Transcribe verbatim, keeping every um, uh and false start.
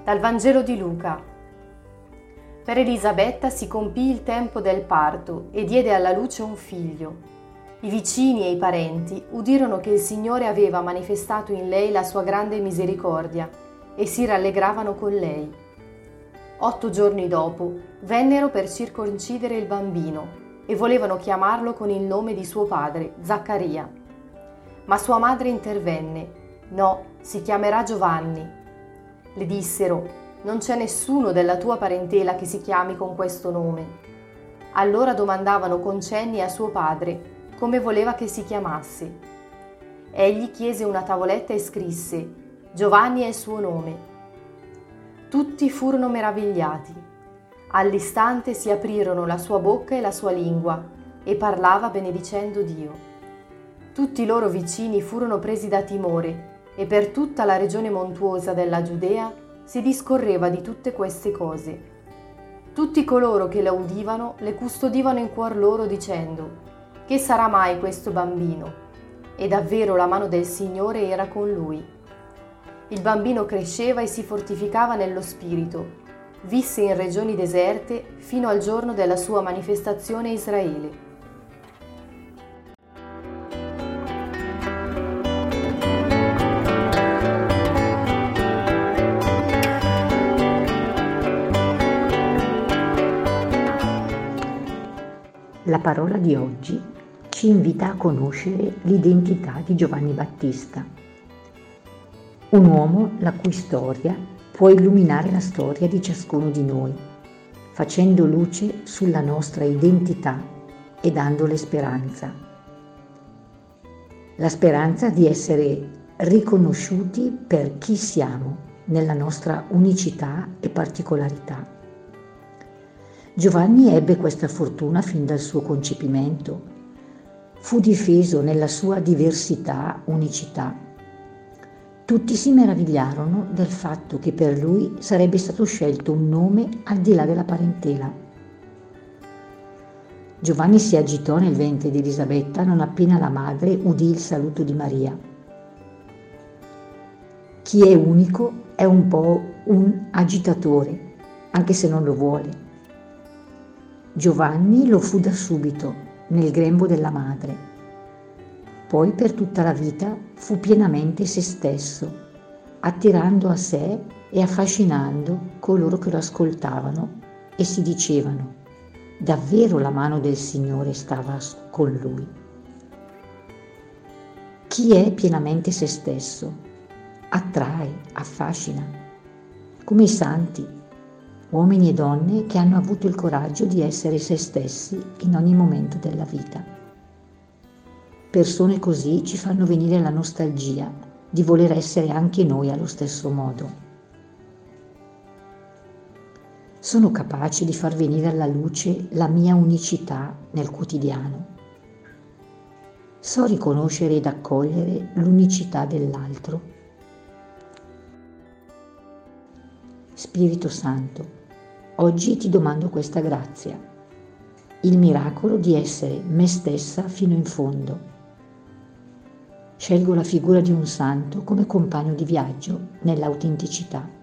Dal Vangelo di Luca. Per Elisabetta si compì il tempo del parto e diede alla luce un figlio. I vicini e i parenti udirono che il Signore aveva manifestato in lei la sua grande misericordia e si rallegravano con lei. Otto giorni dopo vennero per circoncidere il bambino e volevano chiamarlo con il nome di suo padre, Zaccaria. Ma sua madre intervenne: «No, si chiamerà Giovanni». Le dissero: «Non c'è nessuno della tua parentela che si chiami con questo nome». Allora domandavano con cenni a suo padre come voleva che si chiamasse. Egli chiese una tavoletta e scrisse: «Giovanni è il suo nome». Tutti furono meravigliati. All'istante si aprirono la sua bocca e la sua lingua, e parlava benedicendo Dio. Tutti i loro vicini furono presi da timore, e per tutta la regione montuosa della Giudea si discorreva di tutte queste cose. Tutti coloro che la udivano le custodivano in cuor loro dicendo: «Che sarà mai questo bambino?» E davvero la mano del Signore era con lui. Il bambino cresceva e si fortificava nello spirito. Visse in regioni deserte fino al giorno della sua manifestazione a Israele. La parola di oggi ci invita a conoscere l'identità di Giovanni Battista, un uomo la cui storia può illuminare la storia di ciascuno di noi, facendo luce sulla nostra identità e dandole speranza. La speranza di essere riconosciuti per chi siamo nella nostra unicità e particolarità. Giovanni ebbe questa fortuna fin dal suo concepimento. Fu difeso nella sua diversità, unicità. Tutti si meravigliarono del fatto che per lui sarebbe stato scelto un nome al di là della parentela. Giovanni si agitò nel ventre di Elisabetta non appena la madre udì il saluto di Maria. Chi è unico è un po' un agitatore, anche se non lo vuole. Giovanni lo fu da subito, nel grembo della madre. Poi per tutta la vita fu pienamente se stesso, attirando a sé e affascinando coloro che lo ascoltavano e si dicevano: davvero la mano del Signore stava con lui. Chi è pienamente se stesso attrae, affascina, come i santi, uomini e donne che hanno avuto il coraggio di essere se stessi in ogni momento della vita. Persone così ci fanno venire la nostalgia di voler essere anche noi allo stesso modo. Sono capace di far venire alla luce la mia unicità nel quotidiano. So riconoscere ed accogliere l'unicità dell'altro. Spirito Santo, oggi ti domando questa grazia, il miracolo di essere me stessa fino in fondo. Scelgo la figura di un santo come compagno di viaggio nell'autenticità.